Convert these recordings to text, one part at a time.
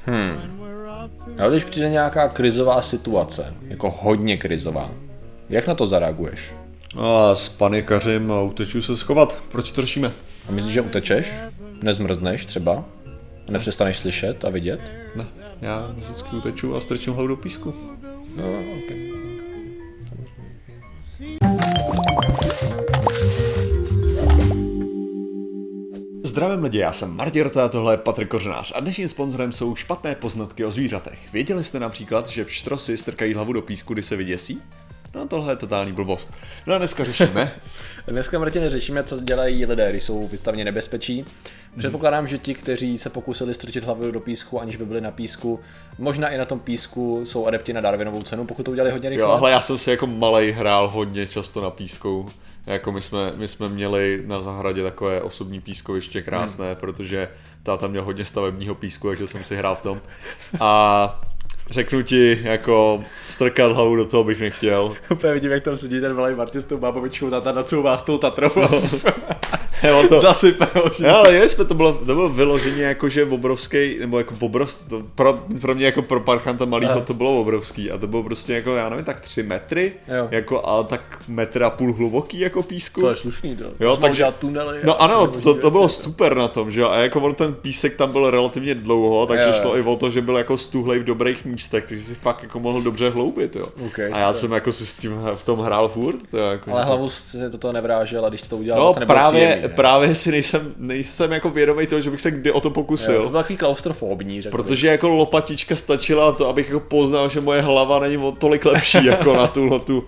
Ale když přijde nějaká krizová situace, jako hodně krizová, jak na to zareaguješ? A spanikařím a uteču se schovat. Proč to řešíme? A myslíš, že utečeš? Nezmrzneš třeba? A nepřestaneš slyšet a vidět? Ne, já vždycky uteču a strčím hlavu do písku. No, okay. Zdravím lidi, já jsem Martin Rota a tohle je Patrik Kořenář a dnešním sponzorem jsou špatné poznatky o zvířatech. Věděli jste například, že pštrosy strkají hlavu do písku, kdy se vyděsí? No tohle je totální blbost. No a dneska řešíme. Dneska, Martine, řešíme, co dělají lidé, když jsou vystaveni nebezpečí. Předpokládám, že ti, kteří se pokusili strčit hlavu do písku, aniž by byli na písku, možná i na tom písku jsou adepti na Darwinovou cenu, pokud to udělali hodně rychle. Jo, ale já jsem si jako malej hrál hodně často na písku. Jako my jsme měli na zahradě takové osobní pískoviště krásné, protože táta měl hodně stavebního písku, takže jsem si hrál v tom. A řeknu ti, jako strkat hlavu do toho bych nechtěl. Úplně vidím, jak tam sedí ten malý Martin s tou bábovičkou, táta nacouvá s tou Tatrou. To zasype. No, ale jo, to bylo vyloženě jakože obrovský, nebo jako pro mě jako pro parchanta malýho to bylo obrovský a to bylo prostě jako, já nevím, tak 3 metry, jako a tak 1,5 metra hluboký jako písku. To je slušný to. Jo, takže tunely. No ano, to bylo super na tom, že jo, a jako on ten písek tam byl relativně dlouho, takže šlo i o to, že byl jako stuhlej v dobrých místech, takže si fakt jako mohl dobře hloubit, jo. Okay, a já jsem jako si s tím v tom hrál furt, jo, jako, ale hlavu se do toho nevrážel a když to udělal, no, to nebylo příjemný, právě si nejsem jako vědomý toho, že bych se kdy o to pokusil. Jo, to byl takový klaustrofobní, řekl protože jako lopatička stačila to, abych jako poznal, že moje hlava není o tolik lepší jako na tu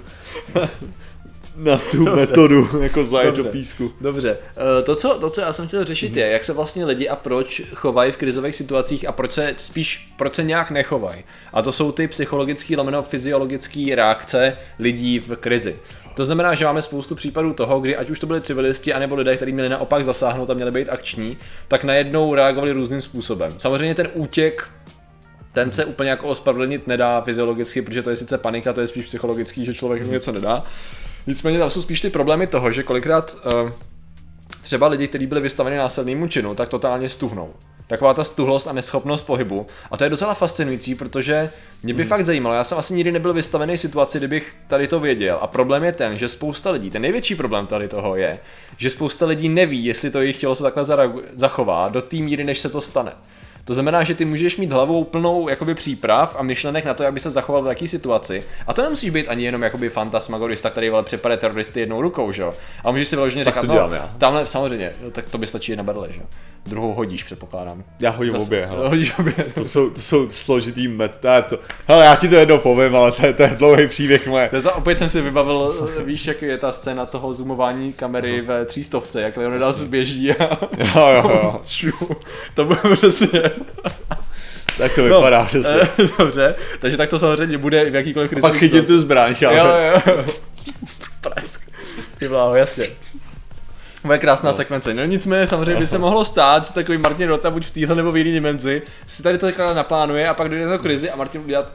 metodu, jako zajet do písku. Dobře, to, co já jsem chtěl řešit je, jak se vlastně lidi a proč chovají v krizových situacích a proč se nějak nechovají. A to jsou ty psychologické lomeno fyziologické reakce lidí v krizi. To znamená, že máme spoustu případů toho, kdy ať už to byli civilisti, anebo lidé, kteří měli naopak zasáhnout a měli být akční, tak najednou reagovali různým způsobem. Samozřejmě ten útěk, ten se úplně jako ospravedlnit nedá fyziologicky, protože to je sice panika, to je spíš psychologický, že člověk mu něco nedá. Nicméně tam jsou spíš ty problémy toho, že kolikrát třeba lidi, kteří byli vystaveni násilnému činu, tak totálně stuhnou. Taková ta stuhlost a neschopnost pohybu. A to je docela fascinující, protože mě by fakt zajímalo, já jsem asi nikdy nebyl vystavený situaci, kdybych tady to věděl. A problém je ten, že spousta lidí, ten největší problém tady toho je, že spousta lidí neví, jestli to jejich tělo se takhle zachová do té míry, než se to stane. To znamená, že ty můžeš mít hlavou plnou jakoby příprav a myšlenek na to, jak by se zachoval v takové situaci. A to nemusíš být ani jenom jakoby fantasmagorista, který přepade teroristy jednou rukou, že jo. A můžeš si vyloženě říkat, tamhle samozřejmě, tak to by stačí jedna berle, že jo. Druhou hodíš, předpokládám. Já hodím obě, hele. Hodíš obě. To jsou složitý hele, já ti to jednou povím, ale to je dlouhý příběh moje. Opět jsem si vybavil, víš, jak je ta scéna toho zoomování kamery ve 300, jak Leonidas běží a... Jo. To bylo přesně. Tak to vypadá přesně. Dobře, takže tak to samozřejmě bude v jakýkoliv krizi. Pak chytit tu zbraň, ale... Jo. Prask. Ty bláho, jasně. Bude krásná sekvence. No nicméně samozřejmě by se mohlo stát, že takový Martin Rota buď v téhle nebo v jiné dimenzi si tady to naplánuje a pak dojde do krizi a Martin udělat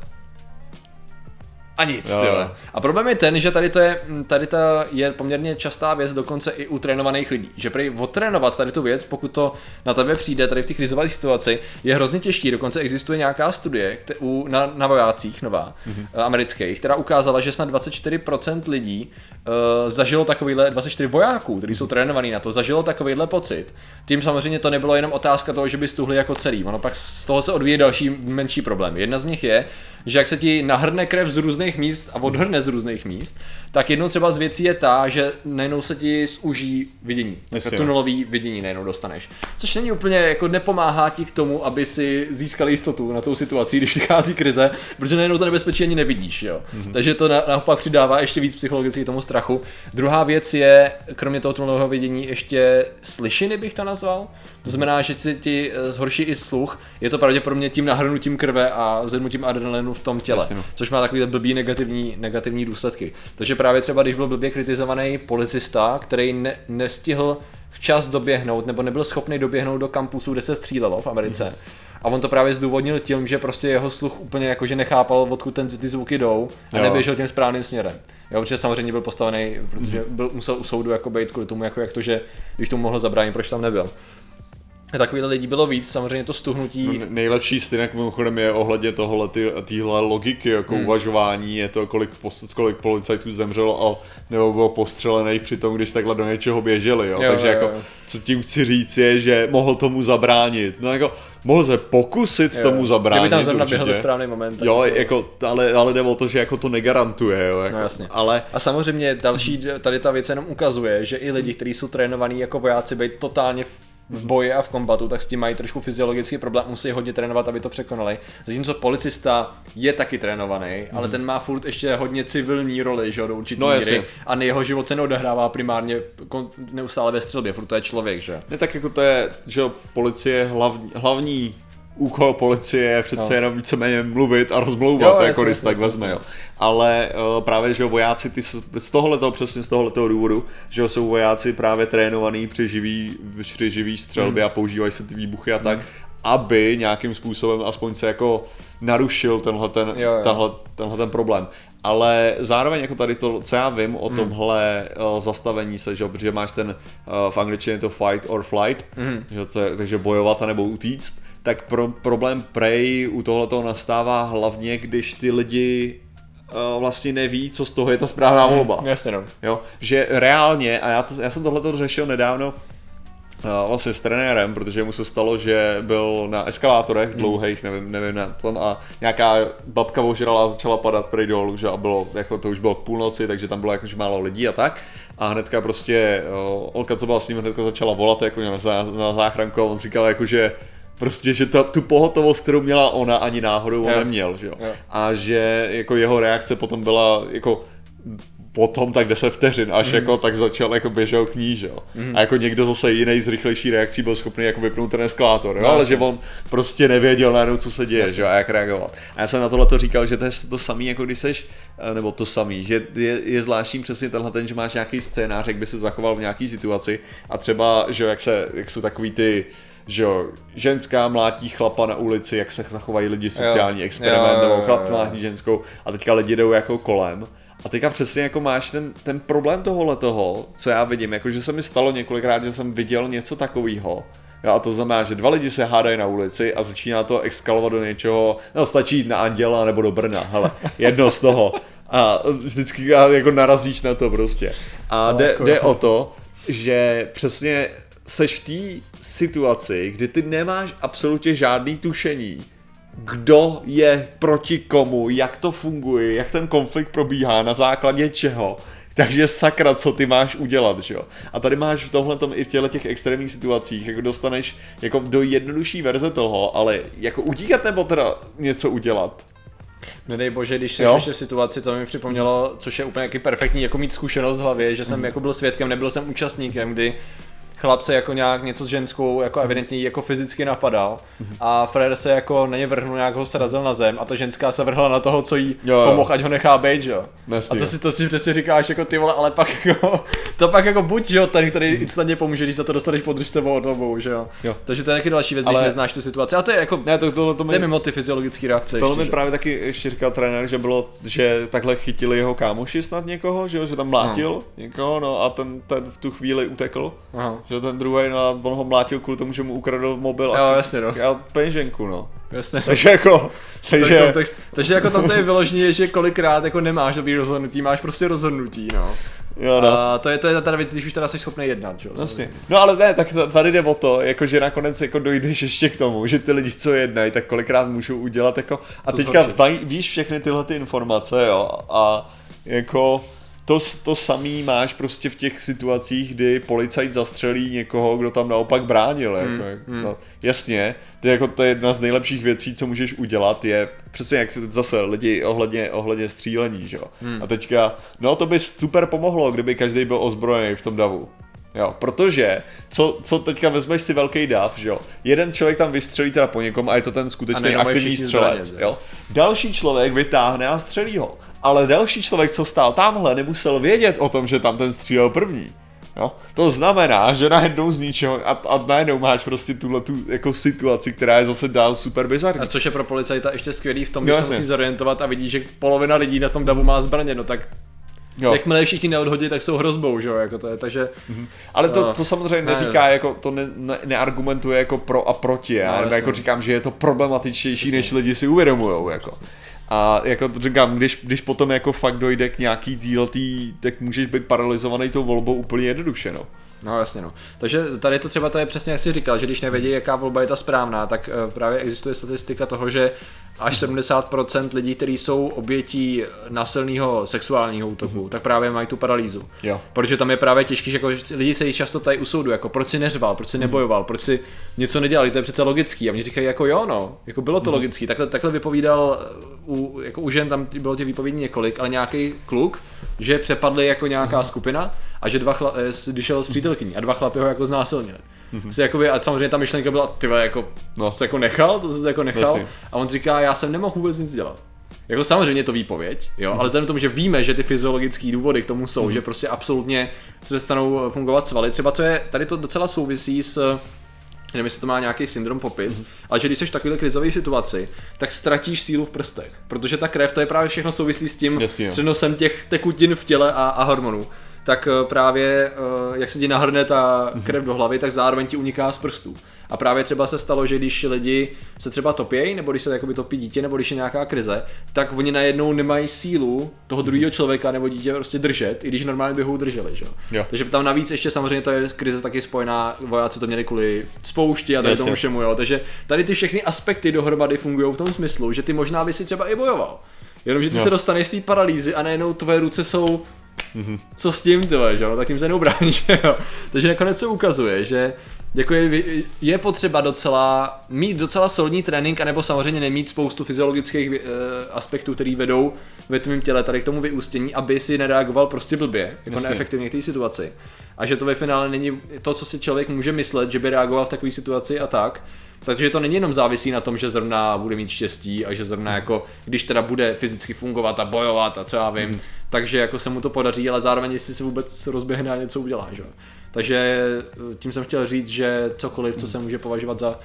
a nic, tyhle. A problém je ten, že tady to je poměrně častá věc dokonce i u trénovaných lidí. Že prý odtrénovat tady tu věc, pokud to na tebe přijde tady v té krizové situaci, je hrozně těžký. Dokonce existuje nějaká studie na vojácích nová, amerických, která ukázala, že snad 24% lidí zažilo takovýhle, 24 vojáků, kteří jsou trénovaní na to, zažilo takovýhle pocit. Tím samozřejmě to nebylo jenom otázka toho, že by stuhli jako celý. Ono pak z toho se odvíjí další menší problém. Jedna z nich je, že jak se ti nahrne krev z různých míst a odhrne z různých míst, tak jednou třeba z věcí je ta, že najednou se ti zúží vidění. Tunelový vidění najednou dostaneš. Což není úplně, jako nepomáhá ti k tomu, aby si získal jistotu na tou situaci, když přichází krize, protože najednou to nebezpečí ani nevidíš, jo. Takže to naopak přidává ještě víc psychologicky tomu strachu. Druhá věc je, kromě toho tunelového vidění, ještě slyšiny bych to nazval. To znamená, že si ti zhorší i sluch. Je to pravděpodobně tím nahrnutím krve a zvednutím adrenalinu v tom těle, což má takový blbý negativní důsledky. Takže právě třeba, když byl blbě kritizovaný policista, který nestihl včas doběhnout nebo nebyl schopný doběhnout do kampusu, kde se střílelo v Americe. A on to právě zdůvodnil tím, že prostě jeho sluch úplně jakože nechápal, odkud ty zvuky jdou a neběžel tím správným směrem. Jo, protože samozřejmě byl postavený, protože musel u soudu jako být kvůli tomu, jako jak to, že když tomu mohl zabránit, proč tam nebyl. Takových lidí bylo víc, samozřejmě to stuhnutí. No, nejlepší stynek mimochodem je ohledně téhle logiky, jako uvažování, je to kolik policajtů zemřelo a nebo bylo postřelených při tom, když takhle do něčeho běželi, jo. Takže jako, co tím chci říct je, že mohl tomu zabránit, no jako, mohl se pokusit tomu zabránit. Kdyby tam zrovna běhl ve správný moment. Jo, jako, ale jde o to, že jako to negarantuje, jo. Jako, no jasně. Ale... A samozřejmě další, tady ta věc jenom ukazuje, že i lidi, kteří jsou trénovaní jako vojáci být totálně v boji a v kombatu, tak s tím mají trošku fyziologický problém, musí hodně trénovat, aby to překonali. Zatímco policista je taky trénovaný, ale ten má furt ještě hodně civilní roli, že do určitý míry. A jeho život se neodehrává primárně neustále ve střelbě, furt to je člověk, že? Ne, tak jako to je, že policie hlavní úkol policie je přece jenom víceméně mluvit a rozmlouvat, jako když tak vezme, jo. Ale právě, že vojáci z tohoto důvodu, že jsou vojáci právě trénovaní při živý střelbě a používají se ty výbuchy a tak, aby nějakým způsobem aspoň se jako narušil tenhle ten problém. Ale zároveň jako tady to, co já vím o tomhle zastavení se, že, protože máš ten v angličtině to fight or flight, že takže bojovat a nebo utíct, tak problém prej u tohletoho nastává hlavně, když ty lidi vlastně neví, co z toho je ta správná volba. Jasně, no. Jo, že reálně, a já jsem tohleto řešil nedávno vlastně s trenérem, protože mu se stalo, že byl na eskalátorech dlouhých, nevím na tom, a nějaká babka ožrala a začala padat prej dolů, že a bylo, jako to už bylo k půlnoci, takže tam bylo jakož málo lidí a tak. A hnedka prostě Olka, co byla s ním, hnedka začala volat jako na záchranku a on říkal jako, že prostě, že tu pohotovost, kterou měla ona, ani náhodou on neměl, že jo. A že jako jeho reakce potom byla jako potom tak 10 vteřin, až jako tak začal jako běžel k ní, že jo. A jako někdo zase jiný z rychlejší reakcí byl schopný jako vypnout ten eskalátor, jo? Ale že on prostě nevěděl najednou, co se děje, že jo, a jak reagovat. A já jsem na tohle říkal, že to je to samý, jako když seš, nebo to samý, že je zvláštní přesně tenhle ten, že máš nějaký scénář, jak by se zachoval v nějaký situaci a třeba, že jak jsou takový ty, že jo, ženská mlátí chlapa na ulici, jak se zachovají lidi, sociální experiment, nebo chlap mlátí ženskou a teďka lidi jdou jako kolem. A teďka přesně jako máš ten problém tohohletoho, co já vidím, jako že se mi stalo několikrát, že jsem viděl něco takového. Jo, a to znamená, že dva lidi se hádají na ulici a začíná to eskalovat do něčeho, no stačí jít na Anděla nebo do Brna, hele, jedno z toho. A vždycky jako narazíš na to prostě. A jde o to, že přesně seš v té situaci, kdy ty nemáš absolutně žádný tušení, kdo je proti komu, jak to funguje, jak ten konflikt probíhá, na základě čeho. Takže sakra, co ty máš udělat, že jo? A tady máš v tomhletom i v těch extrémních situacích, jako dostaneš jako do jednodušší verze toho, ale jako utíkat nebo teda něco udělat. Nedej bože, když jsi ještě v situaci, to mi připomnělo, což je úplně jaký perfektní, jako mít zkušenost v hlavě, že jsem jako byl svědkem, nebyl jsem účastníkem, kdy chlap se jako nějak něco s ženskou jako evidentně jako fyzicky napadal a frér se jako na ně vrhnul, nějak ho srazil na zem a ta ženská se vrhla na toho, co jí pomohl, ať ho nechá bejt, jo. A to si přesně říkáš jako ty vole, ale pak jako, to pak jako buď, jo, ten, který instantně pomůže, když za to dostaneš podržce vodou, že jo. Takže to je taky další věc, když neznáš tu situaci. A to je jako, to je mimo ty fyziologické reakce. Tohle mi právě taky ještě říkal trenér, že takhle chytili jeho kámoši snad někoho, že tam mlátil někoho, no a ten v tu chvíli utekl. Že ten druhý, no, on ho mlátil kvůli tomu, že mu ukradl mobil a peněženku, no. Jasně. Takže jako, takže jako tam to je vyloženě, že kolikrát jako nemáš dobrý rozhodnutí, máš prostě rozhodnutí, no. Jo, no. A to je ta věc, když už teda jsi schopný jednat, jo. Vlastně. No ale ne, tak tady jde o to, jako že nakonec jako dojdeš ještě k tomu, že ty lidi, co jednají, tak kolikrát můžou udělat jako, a teďka víš všechny tyhle ty informace, jo, a jako to samý máš prostě v těch situacích, kdy policajt zastřelí někoho, kdo tam naopak bránil. No, jasně, to je jedna z nejlepších věcí, co můžeš udělat, je přesně jak zase lidi ohledně střílení, že jo. A teďka, no to by super pomohlo, kdyby každý byl ozbrojený v tom davu. Jo, protože, co teďka vezmeš si velký dav, že jo, jeden člověk tam vystřelí teda po někom a je to ten skutečný aktivní střelec, jo. Další člověk vytáhne a střelí ho, ale další člověk, co stál tamhle, nemusel vědět o tom, že tam ten střílel první. Jo? To znamená, že najednou z ničeho a najednou máš prostě tu jako situaci, která je zase dál super bizarní. A což je pro policajta ještě skvělý v tom, že se musí zorientovat a vidí, že polovina lidí na tom davu má zbraně, no tak Jakmile všichni neodhodí, tak jsou hrozbou, že jo, jako to je, takže... Ale to samozřejmě neříká, jako to neargumentuje jako pro a proti, já jako říkám, že je to problematičtější, než lidi si uvědomujou, jako. A jako říkám, když potom jako fakt dojde k nějaký deal, tak můžeš být paralyzovaný tou volbou úplně jednoduše, no. No jasně no. Takže tady to třeba to je přesně jak jsi říkal, že když nevědí, jaká volba je ta správná, tak právě existuje statistika toho, že až 70% lidí, kteří jsou obětí násilného sexuálního útoku, tak právě mají tu paralýzu. Jo. Protože tam je právě těžký, že jako lidi se jí často ptají u soudu, jako proč si neřval, proč si nebojoval, proč si něco nedělali, to je přece logický. A oni říkají jako jo no, jako bylo to logický. Takhle vypovídal u žen, tam bylo těch výpovědí několik, ale nějaký kluk, že přepadli jako nějaká skupina a že když šel s přítelkyní a 2 chlapy ho jako znásilnili. A samozřejmě ta myšlenka byla, tyhle, jako, to se jako nechal. A on říká, já jsem nemohl vůbec nic dělat. Jako samozřejmě to výpověď, jo, ale vzhledem k tomu, že víme, že ty fyziologické důvody k tomu jsou, že prostě absolutně přestanou fungovat svaly. Třeba co je, tady to docela souvisí s, nevím, jestli to má nějaký syndrom popis, ale že když jsi v takové krizové situaci, tak ztratíš sílu v prstech, protože ta krev, to je právě všechno souvislí s tím přenosem těch tekutin v těle a hormonů. Tak právě jak se ti nahrne ta krev do hlavy, tak zároveň ti uniká z prstů. A právě třeba se stalo, že když lidi se třeba topějí, nebo když se jakoby topí dítě, nebo když je nějaká krize, tak oni najednou nemají sílu toho druhého člověka nebo dítě prostě držet, i když normálně by ho drželi, že jo. Takže tam navíc ještě samozřejmě to je krize taky spojená, vojáci to měli kvůli spoušti a tady tomu všemu, jo. Takže tady ty všechny aspekty dohromady fungují v tom smyslu, že ty možná by si třeba i bojoval. Jenomže ty se dostaneš z té paralýzy a najednou tvoje ruce jsou co s tím, tyhle, že jo, tak tím se neubráníš, jo. Takže nakonec se ukazuje, že jako je potřeba mít docela solidní trénink, anebo samozřejmě nemít spoustu fyziologických aspektů, které vedou ve tvém těle tady k tomu vyústění, aby si nereagoval prostě blbě, jako neefektivně k té situaci. A že to ve finále není to, co si člověk může myslet, že by reagoval v takové situaci a tak. Takže to není jenom závisí na tom, že zrovna bude mít štěstí a že zrovna jako, když teda bude fyzicky fungovat a bojovat a co já vím, takže jako se mu to podaří, ale zároveň jestli se vůbec rozběhne a něco udělá, že? Takže tím jsem chtěl říct, že cokoliv, co se může považovat za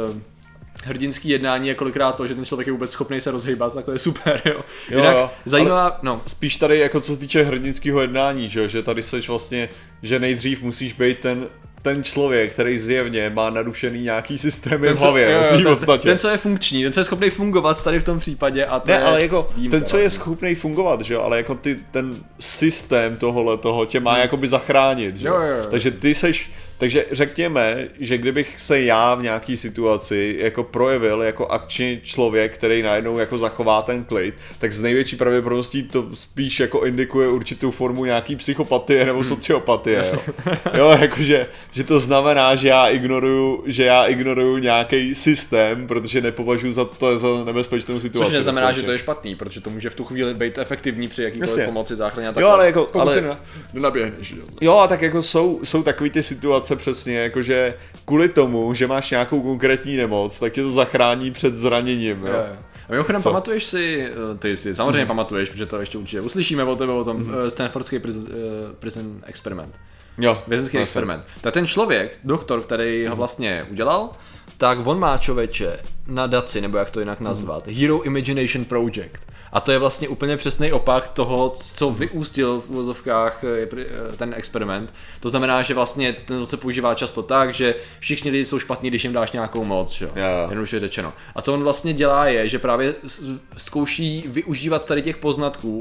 hrdinský jednání je kolikrát to, že ten člověk je vůbec schopný se rozhýbat, tak to je super, jo. Jinak zajímavá, no. Spíš tady jako co se týče hrdinského jednání, že tady seš vlastně, že nejdřív musíš být ten člověk, který zjevně má narušený nějaký systém v hlavě, ten, co je funkční, ten, co je schopný fungovat tady v tom případě a to ne, je ale jako výjimka, ten, co je schopný fungovat, že jo, ale jako ten systém toho tě má jakoby zachránit, že jo. Takže ty seš, takže řekněme, že kdybych se já v nějaký situaci jako projevil jako akční člověk, který najednou jako zachová ten klid, tak z největší pravděpodobností to spíš jako indikuje určitou formu nějaký psychopatie nebo sociopatie, jo, jakože že to znamená, že já ignoruju nějaký systém, protože nepovažuji za nebezpečnou situaci. Což neznamená, že to je špatný, protože to může v tu chvíli být efektivní při jakýkoliv pomoci záchraně a tak. Jo, ale jako nenaběhneš. Jo, a tak jako jsou takový ty situace přesně, jakože kvůli tomu, že máš nějakou konkrétní nemoc, tak tě to zachrání před zraněním, jo. A mimochodem pamatuješ si, ty si samozřejmě pamatuješ, protože to ještě určitě uslyšíme o tebe o tom Stanfordský prison experiment. Jo. Vězeňský experiment. Tak ten člověk, doktor, který ho vlastně udělal, tak on má člověče nadaci, nebo jak to jinak nazvat, Hero Imagination Project. A to je vlastně úplně přesný opak toho, co vyústil v uvozovkách ten experiment. To znamená, že vlastně ten se používá často tak, že všichni lidi jsou špatní, když jim dáš nějakou moc, jo? Jednoduše řečeno. A co on vlastně dělá je, že právě zkouší využívat tady těch poznatků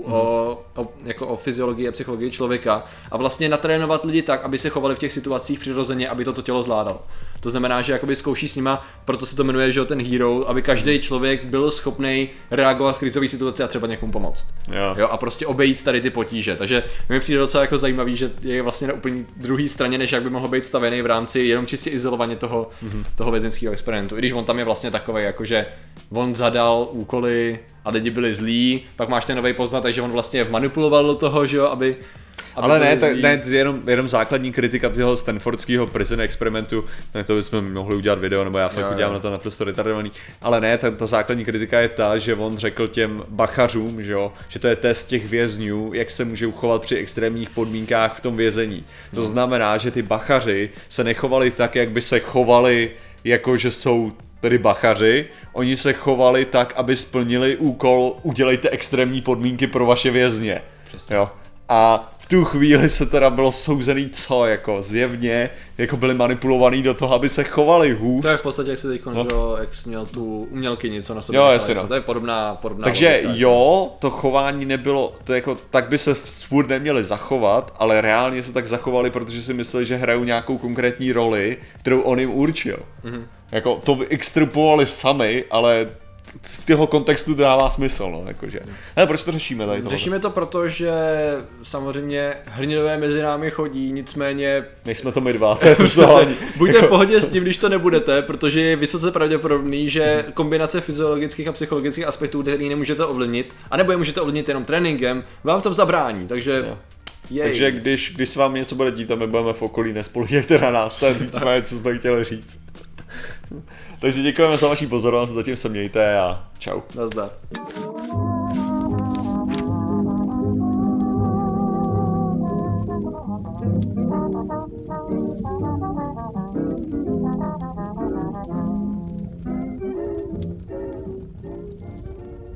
o fyziologii a psychologii člověka a vlastně natrénovat lidi tak, aby se chovali v těch situacích přirozeně, aby to tělo zvládalo. To znamená, že jakoby zkouší s nima, proto se to jmenuje, že ten hero, aby každý člověk byl schopný reagovat v krizové situaci a třeba někomu pomoct. Jo, a prostě obejít tady ty potíže. Takže mi přijde docela jako zajímavý, že je vlastně na úplně druhé straně, než jak by mohl být stavěný v rámci jenom čistě izolovaně toho vězeňského experimentu. I když on tam je vlastně takovej, jakože on zadal úkoly a lidi byli zlí, pak máš ten nový poznatek, že on vlastně manipuloval do toho, že jo, aby ale ne, jenom základní kritika toho Stanfordského prison experimentu, tak to bychom mohli udělat video, nebo já fakt udělám na to naprosto retardovaný, ale ne, ta základní kritika je ta, že on řekl těm bachařům, že to je test těch vězňů, jak se může uchovat při extrémních podmínkách v tom vězení. To znamená, že ty bachaři se nechovali tak, jak by se chovali, jako že jsou tedy bachaři, oni se chovali tak, aby splnili úkol, udělejte extrémní podmínky pro vaše vězně. Jo. A v tu chvíli se teda bylo souzený co, jako zjevně, jako byli manipulovaný do toho, aby se chovali hůř. To je v podstatě, jak jsi teď jak jsi měl tu umělkyni, co na sobě Jo, nechala, jasně, no. to je podobná Takže logika. jo, to chování nebylo, to jako, tak by se furt neměli zachovat, ale reálně se tak zachovali, protože si mysleli, že hrajou nějakou konkrétní roli, kterou on jim určil. Jako to extrapolovali sami, ale z toho kontextu dává smysl, no, jakože. Ale proč to řešíme tady tohle? Řešíme to proto, že samozřejmě hrdinové mezi námi chodí, nicméně Nejsme to my dva, to je to buďte v pohodě s tím, když to nebudete, protože je vysoce pravděpodobný, že kombinace fyziologických a psychologických aspektů, který nemůžete ovlivnit, anebo je můžete ovlivnit jenom tréninkem, vám v tom zabrání, takže Takže když se vám něco bude dít a my budeme v okolí, nespolíhejte na nás, to je víceméně, co jsme chtěli říct. Takže děkujeme za vaši pozornost, zatím se mějte a čau. Nazdar.